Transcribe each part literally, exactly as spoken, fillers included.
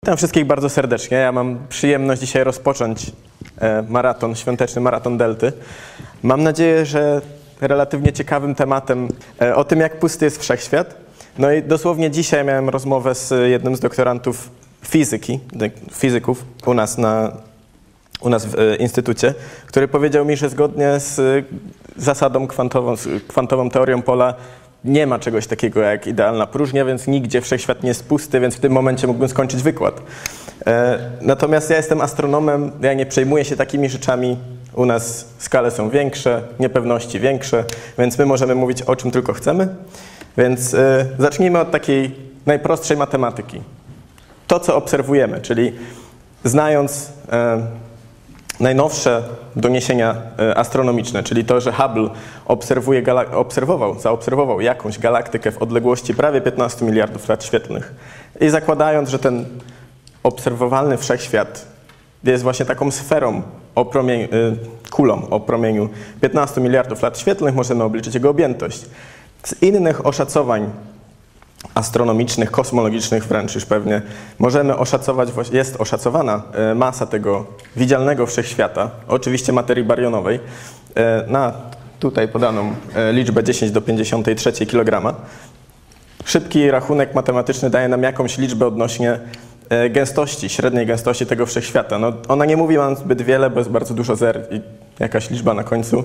Witam wszystkich bardzo serdecznie. Ja mam przyjemność dzisiaj rozpocząć maraton, świąteczny maraton Delty. Mam nadzieję, że relatywnie ciekawym tematem o tym, jak pusty jest wszechświat. No i dosłownie dzisiaj miałem rozmowę z jednym z doktorantów fizyki, fizyków u nas, na, u nas w instytucie, który powiedział mi, że zgodnie z zasadą kwantową, z kwantową teorią pola nie ma czegoś takiego jak idealna próżnia, więc nigdzie wszechświat nie jest pusty, więc w tym momencie mógłbym skończyć wykład. E, natomiast ja jestem astronomem, ja nie przejmuję się takimi rzeczami. U nas skale są większe, niepewności większe, więc my możemy mówić o czym tylko chcemy. Więc e, zacznijmy od takiej najprostszej matematyki. To, co obserwujemy, czyli znając e, najnowsze doniesienia astronomiczne, czyli to, że Hubble obserwuje, obserwował, zaobserwował jakąś galaktykę w odległości prawie piętnastu miliardów lat świetlnych i zakładając, że ten obserwowalny wszechświat jest właśnie taką sferą, o promieniu, kulą o promieniu piętnastu miliardów lat świetlnych, możemy obliczyć jego objętość. Z innych oszacowań astronomicznych, kosmologicznych wręcz już pewnie, możemy oszacować, jest oszacowana masa tego widzialnego wszechświata, oczywiście materii barionowej, na tutaj podaną liczbę dziesięć do pięćdziesiątej trzeciej kilograma. Szybki rachunek matematyczny daje nam jakąś liczbę odnośnie gęstości, średniej gęstości tego wszechświata. No, ona nie mówi nam zbyt wiele, bo jest bardzo dużo zer i jakaś liczba na końcu.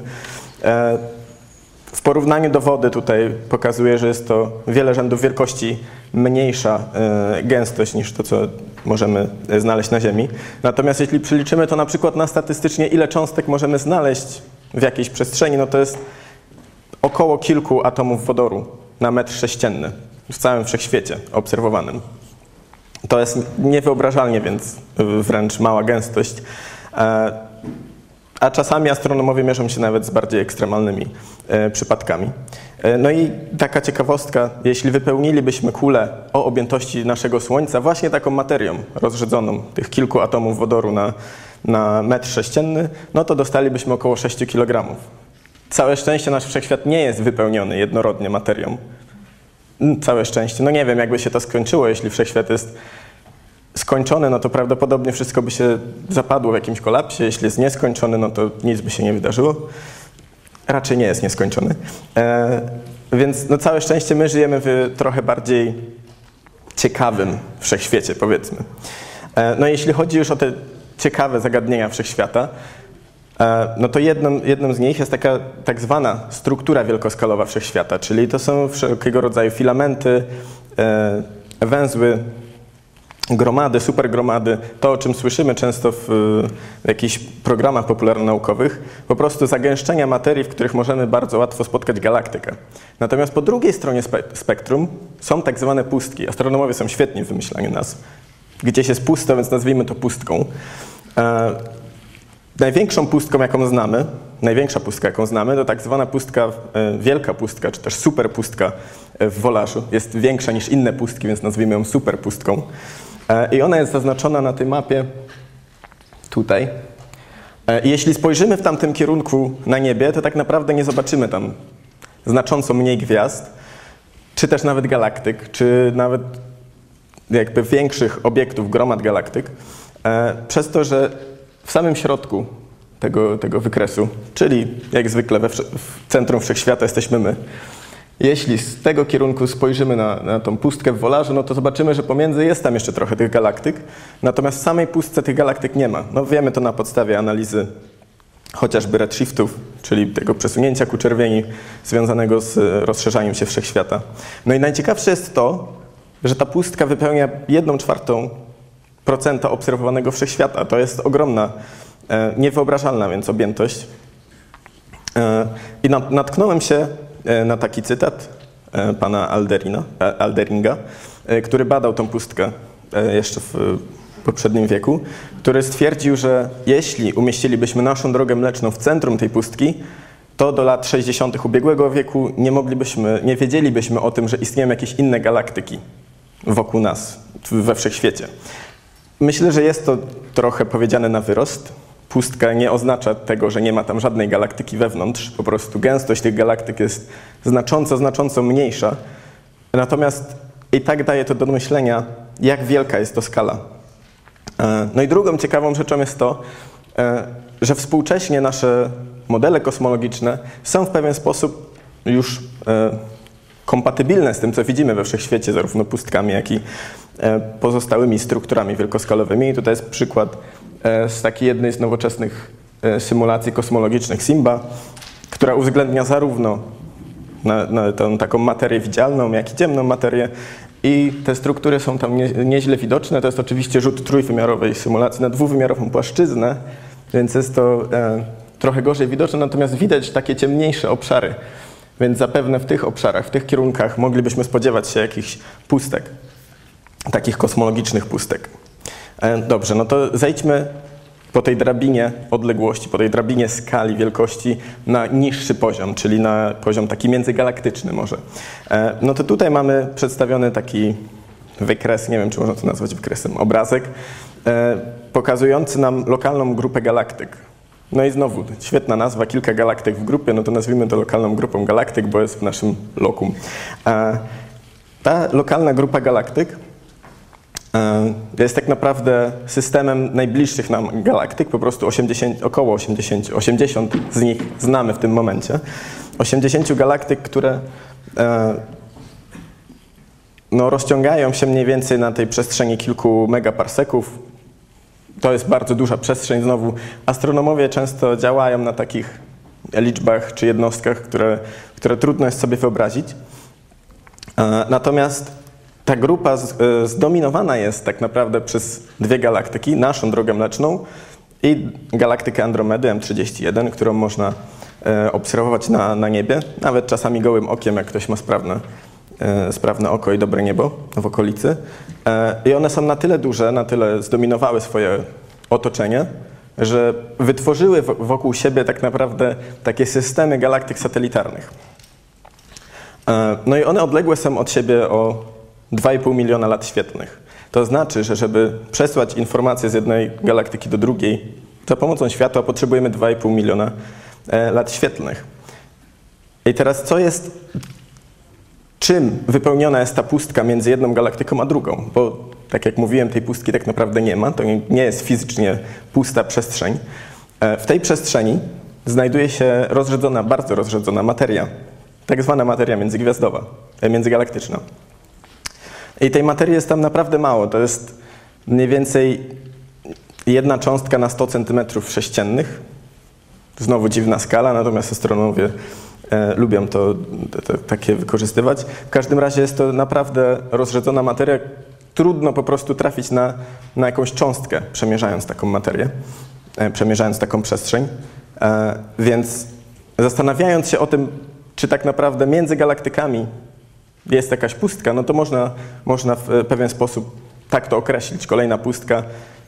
W porównaniu do wody tutaj pokazuje, że jest to wiele rzędów wielkości mniejsza y, gęstość niż to, co możemy znaleźć na Ziemi. Natomiast jeśli przeliczymy to na przykład na statystycznie, ile cząstek możemy znaleźć w jakiejś przestrzeni, no to jest około kilku atomów wodoru na metr sześcienny w całym wszechświecie obserwowanym. To jest niewyobrażalnie więc wręcz mała gęstość. E, A czasami astronomowie mierzą się nawet z bardziej ekstremalnymi e, przypadkami. E, no i taka ciekawostka, jeśli wypełnilibyśmy kulę o objętości naszego Słońca właśnie taką materią rozrzedzoną, tych kilku atomów wodoru na, na metr sześcienny, no to dostalibyśmy około sześciu kilogramów. Całe szczęście nasz wszechświat nie jest wypełniony jednorodnie materią. Całe szczęście. No nie wiem, jakby się to skończyło, jeśli wszechświat jest skończony, no to prawdopodobnie wszystko by się zapadło w jakimś kolapsie. Jeśli jest nieskończony, no to nic by się nie wydarzyło. Raczej nie jest nieskończony. E, więc no całe szczęście my żyjemy w trochę bardziej ciekawym wszechświecie, powiedzmy. E, no jeśli chodzi już o te ciekawe zagadnienia wszechświata, e, no to jednym, jednym z nich jest taka tak zwana struktura wielkoskalowa wszechświata, czyli to są wszelkiego rodzaju filamenty, e, węzły, gromady, supergromady, to o czym słyszymy często w, w jakichś programach popularnonaukowych, po prostu zagęszczenia materii, w których możemy bardzo łatwo spotkać galaktykę. Natomiast po drugiej stronie spe spektrum są tak zwane pustki. Astronomowie są świetni w wymyślaniu nazw. Gdzieś jest pusto, więc nazwijmy to pustką. E, największą pustką, jaką znamy, największa pustka, jaką znamy, to tak zwana pustka, e, wielka pustka, czy też superpustka w Wolarzu. Jest większa niż inne pustki, więc nazwijmy ją superpustką. I ona jest zaznaczona na tej mapie tutaj. I jeśli spojrzymy w tamtym kierunku na niebie, to tak naprawdę nie zobaczymy tam znacząco mniej gwiazd, czy też nawet galaktyk, czy nawet jakby większych obiektów, gromad galaktyk, przez to, że w samym środku tego, tego wykresu, czyli jak zwykle we w centrum wszechświata jesteśmy my, jeśli z tego kierunku spojrzymy na, na tą pustkę w Wolarzu, no to zobaczymy, że pomiędzy jest tam jeszcze trochę tych galaktyk, natomiast w samej pustce tych galaktyk nie ma. No wiemy to na podstawie analizy chociażby redshiftów, czyli tego przesunięcia ku czerwieni związanego z rozszerzaniem się wszechświata. No i najciekawsze jest to, że ta pustka wypełnia jedną czwartą procenta obserwowanego wszechświata. To jest ogromna, e, niewyobrażalna więc objętość. E, I nat, natknąłem się na taki cytat pana Alderina, Alderinga, który badał tą pustkę jeszcze w poprzednim wieku, który stwierdził, że jeśli umieścilibyśmy naszą drogę mleczną w centrum tej pustki, to do lat sześćdziesiątych ubiegłego wieku nie moglibyśmy, nie wiedzielibyśmy o tym, że istnieją jakieś inne galaktyki wokół nas, we wszechświecie. Myślę, że jest to trochę powiedziane na wyrost. Pustka nie oznacza tego, że nie ma tam żadnej galaktyki wewnątrz, po prostu gęstość tych galaktyk jest znacząco, znacząco mniejsza. Natomiast i tak daje to do myślenia, jak wielka jest to skala No i drugą ciekawą rzeczą jest to, że współcześnie nasze modele kosmologiczne są w pewien sposób już kompatybilne z tym, co widzimy we wszechświecie, zarówno pustkami, jak i pozostałymi strukturami wielkoskalowymi. I tutaj jest przykład z takiej jednej z nowoczesnych symulacji kosmologicznych SIMBA, która uwzględnia zarówno na, na tą taką materię widzialną, jak i ciemną materię. I te struktury są tam nie, nieźle widoczne. To jest oczywiście rzut trójwymiarowej symulacji na dwuwymiarową płaszczyznę, więc jest to e, trochę gorzej widoczne, natomiast widać takie ciemniejsze obszary. Więc zapewne w tych obszarach, w tych kierunkach moglibyśmy spodziewać się jakichś pustek, takich kosmologicznych pustek. E, dobrze, no to zejdźmy po tej drabinie odległości, po tej drabinie skali wielkości na niższy poziom, czyli na poziom taki międzygalaktyczny może. E, no to tutaj mamy przedstawiony taki wykres, nie wiem, czy można to nazwać wykresem, obrazek, e, pokazujący nam lokalną grupę galaktyk. No i znowu, świetna nazwa, kilka galaktyk w grupie, no to nazwijmy to lokalną grupą galaktyk, bo jest w naszym lokum. E, ta lokalna grupa galaktyk jest tak naprawdę systemem najbliższych nam galaktyk, po prostu osiemdziesiąt, około osiemdziesiąt, osiemdziesiąt z nich znamy w tym momencie. osiemdziesiąt galaktyk, które e, no, rozciągają się mniej więcej na tej przestrzeni kilku megaparseków. To jest bardzo duża przestrzeń. Znowu astronomowie często działają na takich liczbach czy jednostkach, które, które trudno jest sobie wyobrazić. E, natomiast ta grupa zdominowana jest tak naprawdę przez dwie galaktyki, naszą Drogę Mleczną i galaktykę Andromedy M trzydzieści jeden, którą można obserwować na, na niebie, nawet czasami gołym okiem, jak ktoś ma sprawne, sprawne oko i dobre niebo w okolicy. I one są na tyle duże, na tyle zdominowały swoje otoczenie, że wytworzyły wokół siebie tak naprawdę takie systemy galaktyk satelitarnych. No i one odległe są od siebie o dwa i pół miliona lat świetlnych. To znaczy, że żeby przesłać informacje z jednej galaktyki do drugiej za pomocą światła potrzebujemy dwa i pół miliona lat świetlnych. I teraz co jest, czym wypełniona jest ta pustka między jedną galaktyką a drugą? Bo tak jak mówiłem, tej pustki tak naprawdę nie ma, to nie jest fizycznie pusta przestrzeń. W tej przestrzeni znajduje się rozrzedzona, bardzo rozrzedzona materia, tak zwana materia międzygwiazdowa, międzygalaktyczna. I tej materii jest tam naprawdę mało. To jest mniej więcej jedna cząstka na sto centymetrów sześciennych. Znowu dziwna skala, natomiast astronomowie e, lubią to, to, to takie wykorzystywać. W każdym razie jest to naprawdę rozrzedzona materia. Trudno po prostu trafić na, na jakąś cząstkę, przemierzając taką materię, e, przemierzając taką przestrzeń. E, więc zastanawiając się o tym, czy tak naprawdę między galaktykami jest jakaś pustka, no to można, można w pewien sposób tak to określić. Kolejna pustka.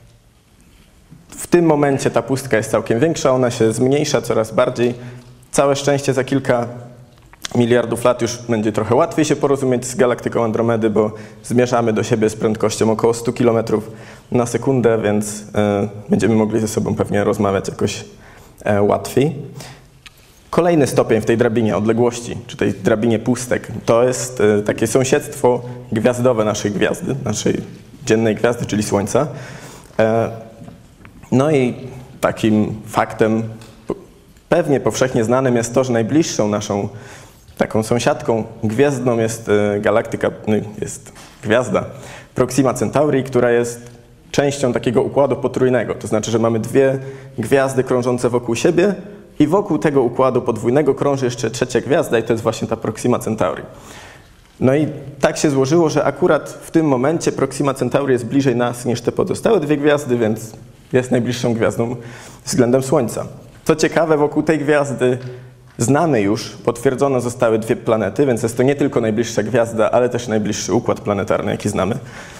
W tym momencie ta pustka jest całkiem większa, ona się zmniejsza coraz bardziej. Całe szczęście za kilka miliardów lat już będzie trochę łatwiej się porozumieć z galaktyką Andromedy, bo zmierzamy do siebie z prędkością około stu kilometrów na sekundę, więc y, będziemy mogli ze sobą pewnie rozmawiać jakoś y, łatwiej. Kolejny stopień w tej drabinie odległości, czy tej drabinie pustek, to jest y, takie sąsiedztwo gwiazdowe naszej gwiazdy, naszej dziennej gwiazdy, czyli Słońca. E, no i takim faktem pewnie powszechnie znanym jest to, że najbliższą naszą taką sąsiadką gwiazdną jest y, galaktyka, jest gwiazda Proxima Centauri, która jest częścią takiego układu potrójnego. To znaczy, że mamy dwie gwiazdy krążące wokół siebie, i wokół tego układu podwójnego krąży jeszcze trzecia gwiazda i to jest właśnie ta Proxima Centauri. No i tak się złożyło, że akurat w tym momencie Proxima Centauri jest bliżej nas niż te pozostałe dwie gwiazdy, więc jest najbliższą gwiazdą względem Słońca. Co ciekawe, wokół tej gwiazdy znamy już, potwierdzono zostały dwie planety, więc jest to nie tylko najbliższa gwiazda, ale też najbliższy układ planetarny, jaki znamy.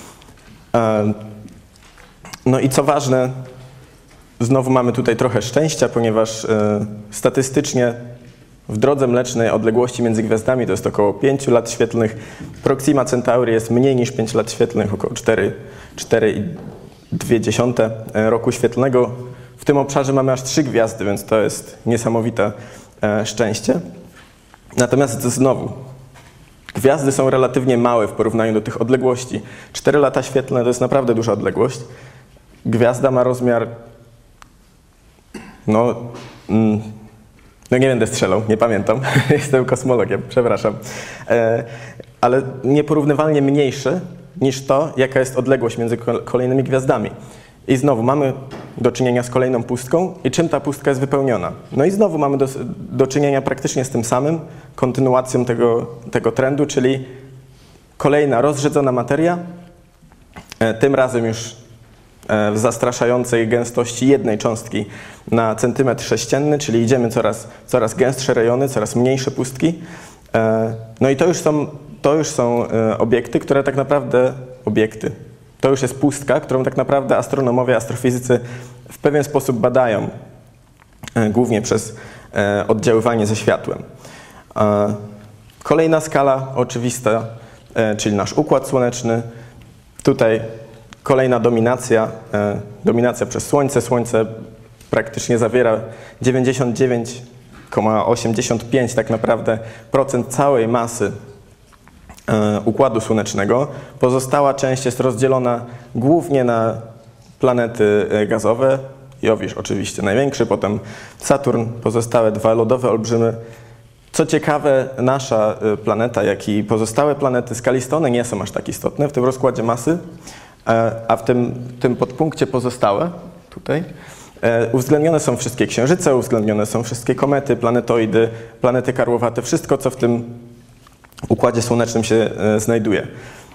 No i co ważne, znowu mamy tutaj trochę szczęścia, ponieważ e, statystycznie w Drodze Mlecznej odległości między gwiazdami to jest około pięciu lat świetlnych. Proxima Centauri jest mniej niż pięć lat świetlnych, około cztery i dwie dziesiąte roku świetlnego. W tym obszarze mamy aż trzy gwiazdy, więc to jest niesamowite e, szczęście. Natomiast znowu, gwiazdy są relatywnie małe w porównaniu do tych odległości. cztery lata świetlne to jest naprawdę duża odległość. gwiazda ma rozmiar, no, mm, no nie będę strzelał, nie pamiętam, jestem kosmologiem, przepraszam, e, ale nieporównywalnie mniejszy niż to, jaka jest odległość między kolejnymi gwiazdami. I znowu mamy do czynienia z kolejną pustką i czym ta pustka jest wypełniona. No i znowu mamy do, do czynienia praktycznie z tym samym, kontynuacją tego, tego trendu, czyli kolejna rozrzedzona materia, e, tym razem już e, w zastraszającej gęstości jednej cząstki na centymetr sześcienny, czyli idziemy coraz, coraz gęstsze rejony, coraz mniejsze pustki. E, no i to już są, to już są e, obiekty, które tak naprawdę, obiekty, to już jest pustka, którą tak naprawdę astronomowie, astrofizycy w pewien sposób badają, e, głównie przez e, oddziaływanie ze światłem. E, kolejna skala oczywista, e, czyli nasz Układ Słoneczny. Tutaj kolejna dominacja, e, dominacja przez Słońce. Słońce praktycznie zawiera dziewięćdziesiąt dziewięć przecinek osiemdziesiąt pięć tak naprawdę procent całej masy Układu Słonecznego. Pozostała część jest rozdzielona głównie na planety gazowe. Jowisz oczywiście największy, potem Saturn, pozostałe dwa lodowe olbrzymy. Co ciekawe, nasza planeta, jak i pozostałe planety skalistone nie są aż tak istotne w tym rozkładzie masy, a w tym, tym podpunkcie pozostałe, tutaj, uwzględnione są wszystkie księżyce, uwzględnione są wszystkie komety, planetoidy, planety karłowate, wszystko co w tym Układzie Słonecznym się e, znajduje.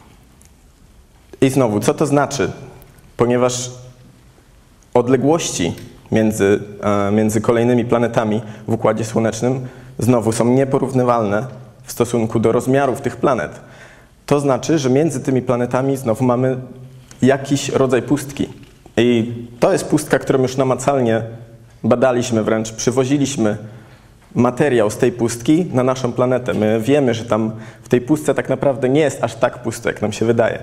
I znowu, co to znaczy? Ponieważ odległości między, e, między kolejnymi planetami w Układzie Słonecznym znowu są nieporównywalne w stosunku do rozmiarów tych planet. To znaczy, że między tymi planetami znowu mamy jakiś rodzaj pustki. I to jest pustka, którą już namacalnie badaliśmy, wręcz przywoziliśmy materiał z tej pustki na naszą planetę. My wiemy, że tam w tej pustce tak naprawdę nie jest aż tak pusto, jak nam się wydaje.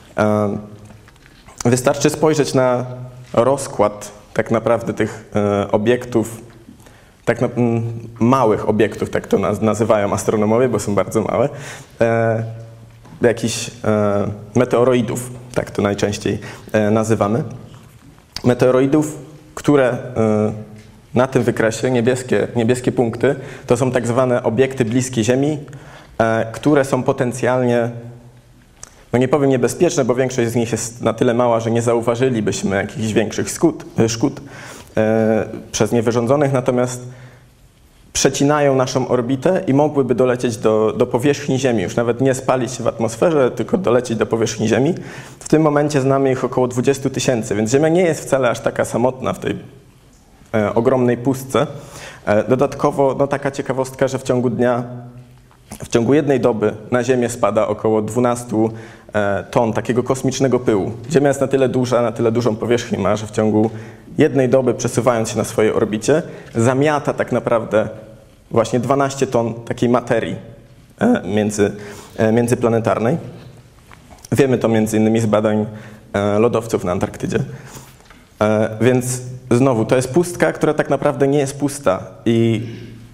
Wystarczy spojrzeć na rozkład tak naprawdę tych obiektów, tak na, małych obiektów, tak to nazywają astronomowie, bo są bardzo małe, jakichś meteoroidów, tak to najczęściej nazywamy. Meteoroidów, które na tym wykresie niebieskie, niebieskie punkty to są tak zwane obiekty bliskie Ziemi, e, które są potencjalnie, no nie powiem niebezpieczne, bo większość z nich jest na tyle mała, że nie zauważylibyśmy jakichś większych szkód, szkód e, przez nie wyrządzonych, natomiast przecinają naszą orbitę i mogłyby dolecieć do, do powierzchni Ziemi, już nawet nie spalić się w atmosferze, tylko dolecieć do powierzchni Ziemi. W tym momencie znamy ich około dwadzieścia tysięcy, więc Ziemia nie jest wcale aż taka samotna w tej E, ogromnej pustce. E, dodatkowo no, taka ciekawostka, że w ciągu dnia, w ciągu jednej doby na Ziemię spada około dwanaście e, ton takiego kosmicznego pyłu. Ziemia jest na tyle duża, na tyle dużą powierzchnię ma, że w ciągu jednej doby, przesuwając się na swojej orbicie, zamiata tak naprawdę właśnie dwanaście ton takiej materii e, między, e, międzyplanetarnej. Wiemy to między innymi z badań e, lodowców na Antarktydzie. E, więc znowu, to jest pustka, która tak naprawdę nie jest pusta i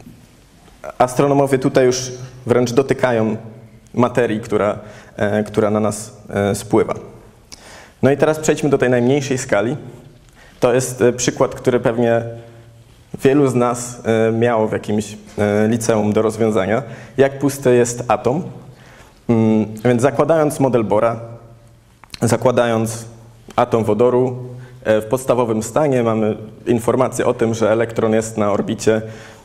astronomowie tutaj już wręcz dotykają materii, która, e, która na nas e, spływa. No i teraz przejdźmy do tej najmniejszej skali. To jest e, przykład, który pewnie wielu z nas e, miało w jakimś e, liceum do rozwiązania. Jak pusty jest atom. Mm, więc zakładając model Bohra, zakładając atom wodoru, w podstawowym stanie mamy informację o tym, że elektron jest na orbicie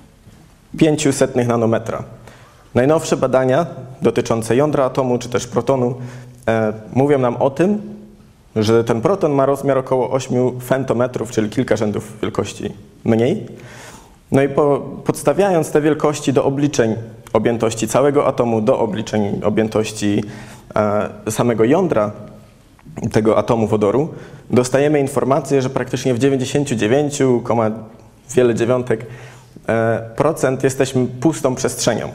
pięćset nanometra. Najnowsze badania dotyczące jądra atomu czy też protonu e, mówią nam o tym, że ten proton ma rozmiar około ośmiu femtometrów, czyli kilka rzędów wielkości mniej. No i po, podstawiając te wielkości do obliczeń objętości całego atomu, do obliczeń objętości e, samego jądra tego atomu wodoru, dostajemy informację, że praktycznie w dziewięćdziesięciu dziewięciu, wiele dziewiątek procent jesteśmy pustą przestrzenią.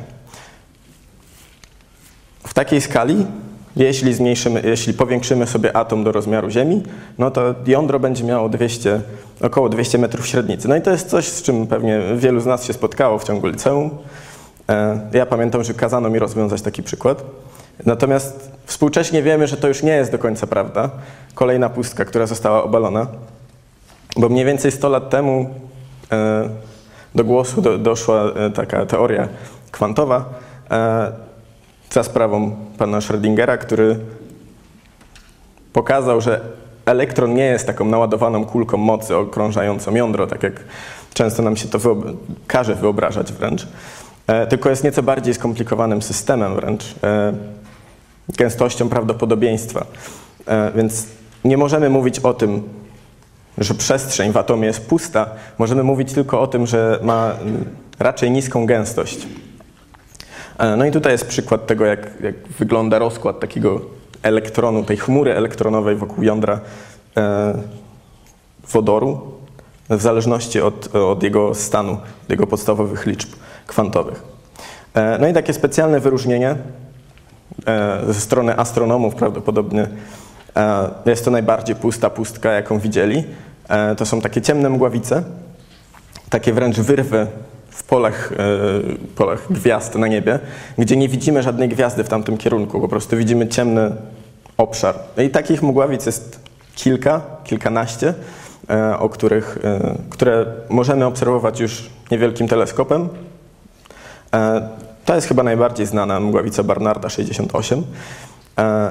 W takiej skali, jeśli zmniejszymy, jeśli powiększymy sobie atom do rozmiaru Ziemi, no to jądro będzie miało dwieście, około dwieście metrów średnicy. No i to jest coś, z czym pewnie wielu z nas się spotkało w ciągu liceum. Ja pamiętam, że kazano mi rozwiązać taki przykład. Natomiast współcześnie wiemy, że to już nie jest do końca prawda. Kolejna pustka, która została obalona, bo mniej więcej sto lat temu e, do głosu do, doszła e, taka teoria kwantowa e, za sprawą pana Schrödingera, który pokazał, że elektron nie jest taką naładowaną kulką mocy okrążającą jądro, tak jak często nam się to wyob- każe wyobrażać wręcz, e, tylko jest nieco bardziej skomplikowanym systemem wręcz, e, gęstością prawdopodobieństwa. E, więc nie możemy mówić o tym, że przestrzeń w atomie jest pusta, możemy mówić tylko o tym, że ma raczej niską gęstość. E, no i tutaj jest przykład tego, jak, jak wygląda rozkład takiego elektronu, tej chmury elektronowej wokół jądra e, wodoru, w zależności od, od jego stanu, od jego podstawowych liczb kwantowych. E, no i takie specjalne wyróżnienie e, ze strony astronomów prawdopodobnie e, jest to najbardziej pusta pustka, jaką widzieli. E, to są takie ciemne mgławice, takie wręcz wyrwy w polach, e, polach gwiazd na niebie, gdzie nie widzimy żadnej gwiazdy w tamtym kierunku, po prostu widzimy ciemny obszar. I takich mgławic jest kilka, kilkanaście, e, o których, e, które możemy obserwować już niewielkim teleskopem. E, to jest chyba najbardziej znana mgławica Barnarda sześćdziesiąt osiem. E,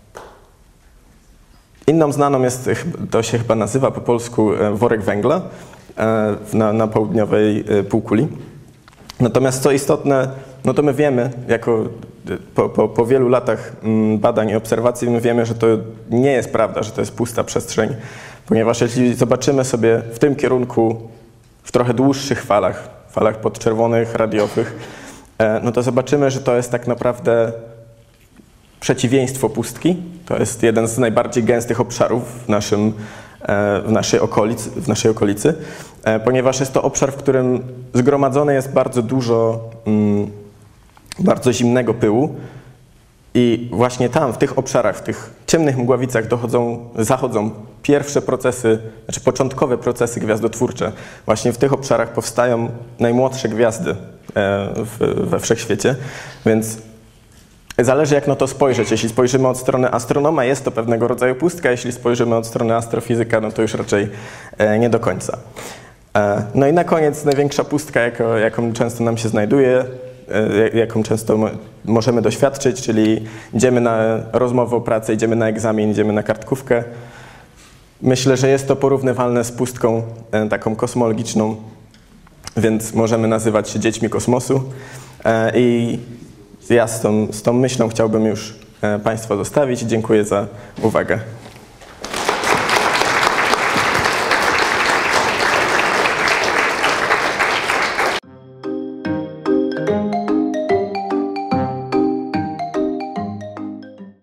inną znaną jest, to się chyba nazywa po polsku worek węgla e, na, na południowej półkuli. Natomiast co istotne, no to my wiemy, jako po, po, po wielu latach badań i obserwacji, my wiemy, że to nie jest prawda, że to jest pusta przestrzeń, ponieważ jeśli zobaczymy sobie w tym kierunku, w trochę dłuższych falach, falach podczerwonych, radiowych, no to zobaczymy, że to jest tak naprawdę przeciwieństwo pustki. To jest jeden z najbardziej gęstych obszarów w naszym w naszej okolicy, w naszej okolicy, ponieważ jest to obszar, w którym zgromadzone jest bardzo dużo mm, bardzo zimnego pyłu i właśnie tam, w tych obszarach, w tych ciemnych mgławicach dochodzą, zachodzą pierwsze procesy, znaczy początkowe procesy gwiazdotwórcze. Właśnie w tych obszarach powstają najmłodsze gwiazdy w, we wszechświecie, więc zależy, jak na to spojrzeć. Jeśli spojrzymy od strony astronoma, jest to pewnego rodzaju pustka, jeśli spojrzymy od strony astrofizyka, no to już raczej nie do końca. No i na koniec największa pustka, jako, jaką często nam się znajduje, jaką często możemy doświadczyć, czyli idziemy na rozmowę o pracę, idziemy na egzamin, idziemy na kartkówkę. Myślę, że jest to porównywalne z pustką taką kosmologiczną, więc możemy nazywać się dziećmi kosmosu. I ja z tą, z tą myślą chciałbym już Państwa zostawić. Dziękuję za uwagę.